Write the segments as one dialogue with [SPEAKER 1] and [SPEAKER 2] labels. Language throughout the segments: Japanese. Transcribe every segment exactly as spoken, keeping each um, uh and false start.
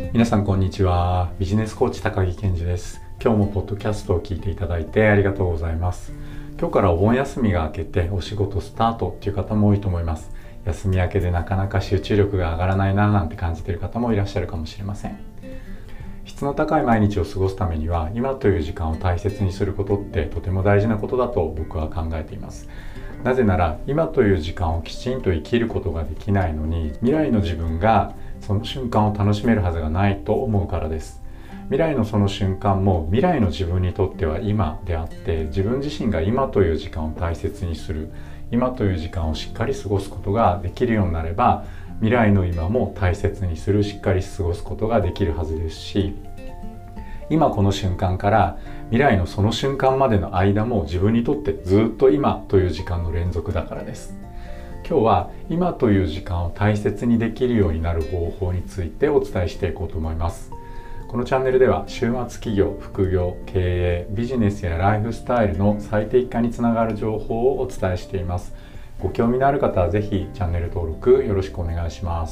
[SPEAKER 1] 皆さんこんにちは。ビジネスコーチ高木健二です。今日もポッドキャストを聞いていただいてありがとうございます。今日からお盆休みが明けてお仕事スタートっていう方も多いと思います。休み明けでなかなか集中力が上がらないななんて感じている方もいらっしゃるかもしれません。質の高い毎日を過ごすためには今という時間を大切にすることってとても大事なことだと僕は考えています。なぜなら今という時間をきちんと生きることができないのに未来の自分がその瞬間を楽しめるはずがないと思うからです。未来のその瞬間も未来の自分にとっては今であって自分自身が今という時間を大切にする今という時間をしっかり過ごすことができるようになれば未来の今も大切にするしっかり過ごすことができるはずですし今この瞬間から未来のその瞬間までの間も自分にとってずっと今という時間の連続だからです。今日は今という時間を大切にできるようになる方法についてお伝えしていこうと思います。このチャンネルでは週末企業、副業、経営、ビジネスやライフスタイルの最適化につながる情報をお伝えしています。ご興味のある方はぜひチャンネル登録よろしくお願いします。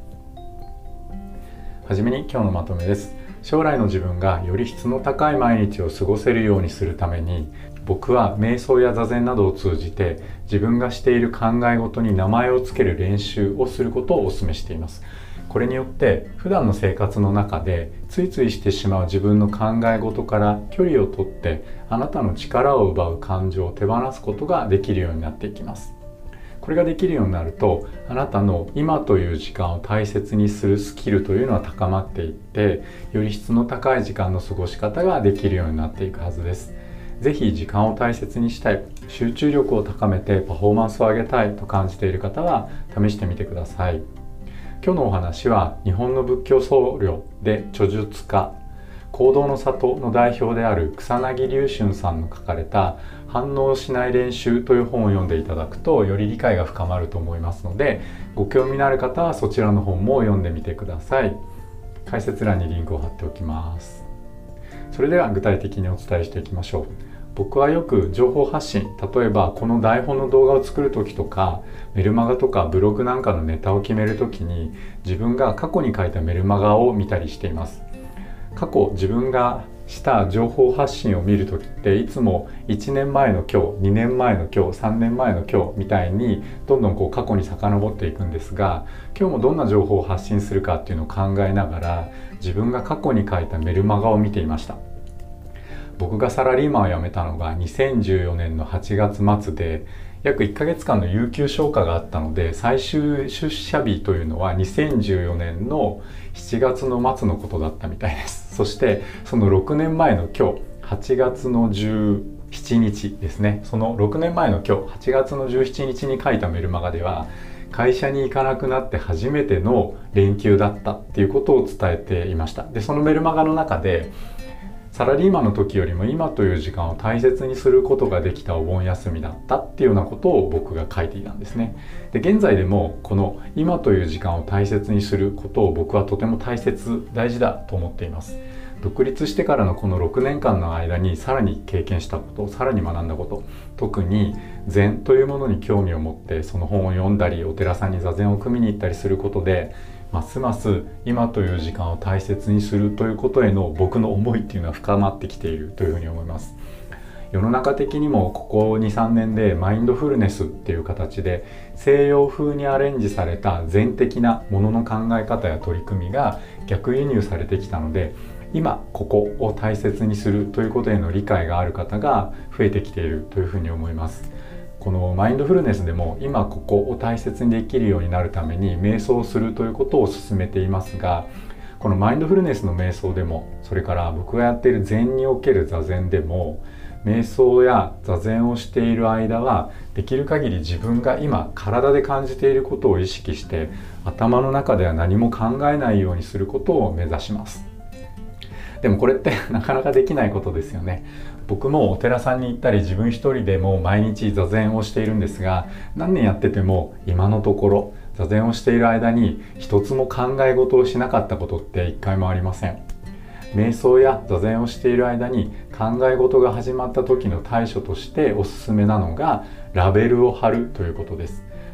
[SPEAKER 1] はじめに今日のまとめです。将来の自分がより質の高い毎日を過ごせるようにするために僕は瞑想や座禅などを通じて自分がしている考え事に名前をつける練習をすることをお勧めしています。これによって普段の生活の中でついついしてしまう自分の考え事から距離をとってあなたの力を奪う感情を手放すことができるようになっていきます。これができるようになるとあなたの今という時間を大切にするスキルというのは高まっていってより質の高い時間の過ごし方ができるようになっていくはずです。ぜひ時間を大切にしたい、集中力を高めてパフォーマンスを上げたいと感じている方は試してみてください。今日のお話は日本の仏教僧侶で著述家、行動の里の代表である草薙龍春さんの書かれた反応しない練習という本を読んでいただくとより理解が深まると思いますのでご興味のある方はそちらの本も読んでみてください。解説欄にリンクを貼っておきます。それでは具体的にお伝えしていきましょう。僕はよく情報発信、例えばこの台本の動画を作る時とかメルマガとかブログなんかのネタを決める時に自分が過去に書いたメルマガを見たりしています。過去自分がした情報発信を見る時っていつもいちねんまえの今日、にねんまえの今日、さんねんまえの今日みたいにどんどんこう過去に遡っていくんですが今日もどんな情報を発信するかっていうのを考えながら自分が過去に書いたメルマガを見ていました。僕がサラリーマンを辞めたのがにせんじゅうよねんのはちがつ末で約いっかげつかんの有給消化があったので最終出社日というのはにせんじゅうよねんのしちがつの末のことだったみたいです。そしてそのろくねんまえの今日はちがつのじゅうしちにちですね、そのろくねんまえの今日はちがつのじゅうしちにちに書いたメルマガでは会社に行かなくなって初めての連休だったっていうことを伝えていました。でそのメルマガの中でサラリーマンの時よりも今という時間を大切にすることができたお盆休みだったっていうようなことを僕が書いていたんですね。で現在でもこの今という時間を大切にすることを僕はとても大切大事だと思っています。独立してからのこのろくねんかんの間にさらに経験したことさらに学んだこと、特に禅というものに興味を持ってその本を読んだりお寺さんに座禅を組みに行ったりすることでますます今という時間を大切にするということへの僕の思いっていうのは深まってきているというふうに思います。世の中的にもここ にさんねんでマインドフルネスっていう形で西洋風にアレンジされた禅的なものの考え方や取り組みが逆輸入されてきたので今ここを大切にするということへの理解がある方が増えてきているというふうに思います。このマインドフルネスでも今ここを大切にできるようになるために瞑想するということを進めていますがこのマインドフルネスの瞑想でもそれから僕がやっている禅における座禅でも瞑想や座禅をしている間はできる限り自分が今体で感じていることを意識して頭の中では何も考えないようにすることを目指します。でもこれってなかなかできないことですよね。僕もお寺さんに行ったり自分一人でも毎日座禅をしているんですが何年やってても今のところ座禅をしている間に一つも考え事をしなかったことって一回もありません。瞑想や座禅をしている間に考え事が始まった時の対処としておすすめなのがラベルを貼るということです。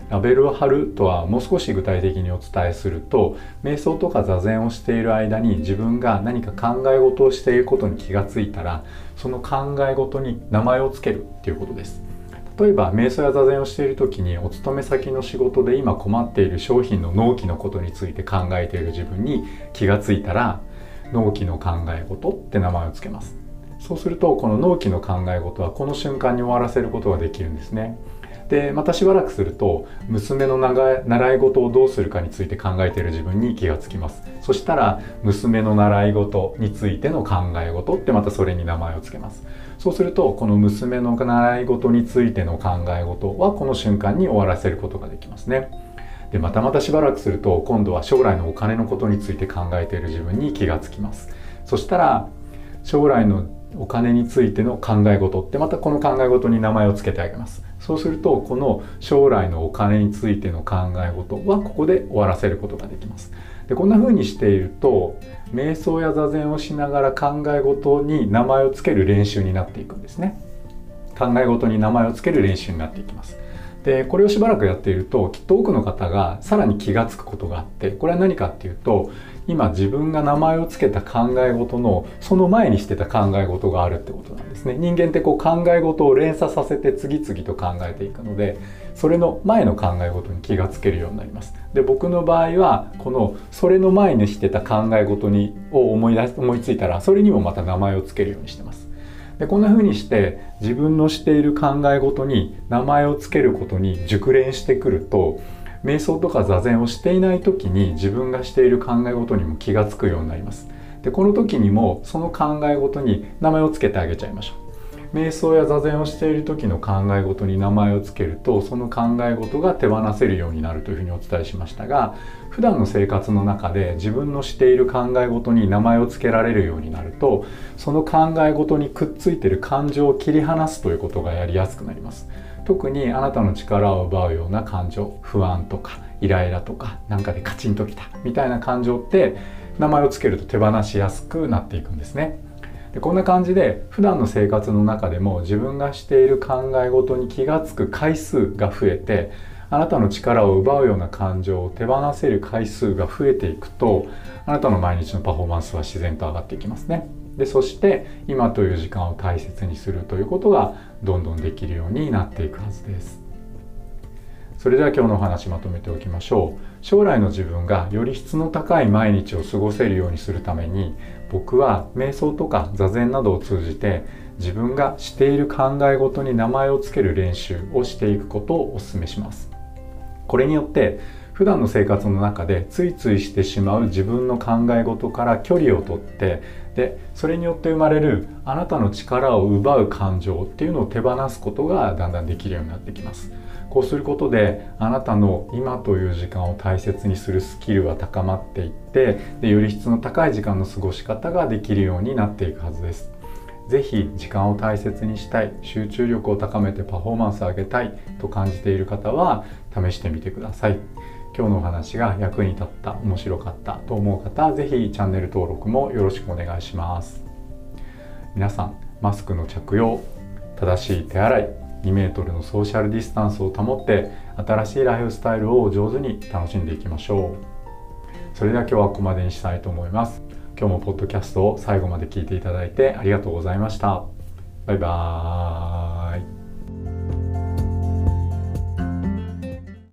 [SPEAKER 1] ラベルを貼るとはもう少し具体的にお伝えすると、瞑想とか座禅をしている間に自分が何か考え事をしていることに気がついたら、その考え事に名前をつけるっていうことです。例えば瞑想や座禅をしている時に、お勤め先の仕事で今困っている商品の納期のことについて考えている自分に気がついたら、納期の考え事って名前をつけます。そうするとこの納期の考え事はこの瞬間に終わらせることができるんですね。でまたしばらくすると、娘の習い事をどうするかについて考えている自分に気がつきます。そしたら娘の習い事についての考え事ってまたそれに名前をつけます。そうするとこの娘の習い事についての考え事はこの瞬間に終わらせることができますね。でまたまたしばらくすると、今度は将来のお金のことについて考えている自分に気がつきます。そしたら将来のお金についての考え事ってまたこの考え事に名前をつけてあげます。そうするとこの将来のお金についての考え事はここで終わらせることができます。でこんな風にしていると、瞑想や座禅をしながら考え事に名前をつける練習になっていくんですね。考え事に名前をつける練習になっていきます。でこれをしばらくやっていると、きっと多くの方がさらに気がつくことがあって、これは何かっていうと、今自分が名前をつけた考え事のその前にしてた考え事があるってことなんですね。人間ってこう考え事を連鎖させて次々と考えていくので、それの前の考え事に気がつけるようになります。で僕の場合はこのそれの前にしてた考え事にを思い出し思いついたら、それにもまた名前をつけるようにしてます。でこんな風にして自分のしている考え事に名前をつけることに熟練してくると、瞑想とか座禅をしていない時に自分がしている考え事にも気がつくようになります。でこの時にもその考え事に名前をつけてあげちゃいましょう。瞑想や座禅をしている時の考え事に名前をつけると、その考え事が手放せるようになるというふうにお伝えしましたが、普段の生活の中で自分のしている考え事に名前をつけられるようになると、その考え事にくっついている感情を切り離すということがやりやすくなります。特にあなたの力を奪うような感情、不安とかイライラとか、なんかでカチンときたみたいな感情って名前をつけると手放しやすくなっていくんですね。でこんな感じで普段の生活の中でも自分がしている考え事に気がつく回数が増えて、あなたの力を奪うような感情を手放せる回数が増えていくと、あなたの毎日のパフォーマンスは自然と上がっていきますね。でそして今という時間を大切にするということがどんどんできるようになっていくはずです。それでは今日のお話まとめておきましょう。将来の自分がより質の高い毎日を過ごせるようにするために、僕は瞑想とか座禅などを通じて自分がしている考え事に名前をつける練習をしていくことをお勧めします。これによって普段の生活の中でついついしてしまう自分の考え事から距離をとって、でそれによって生まれるあなたの力を奪う感情っていうのを手放すことがだんだんできるようになってきます。こうすることであなたの今という時間を大切にするスキルは高まっていって、でより質の高い時間の過ごし方ができるようになっていくはずです。ぜひ時間を大切にしたい、集中力を高めてパフォーマンスを上げたいと感じている方は試してみてください。今日のお話が役に立った、面白かったと思う方はぜひチャンネル登録もよろしくお願いします。皆さん、マスクの着用、正しい手洗い、にメートルのソーシャルディスタンスを保って新しいライフスタイルを上手に楽しんでいきましょう。それでは今日はここまでにしたいと思います。今日もポッドキャストを最後まで聞いていただいてありがとうございました。バイバーイ。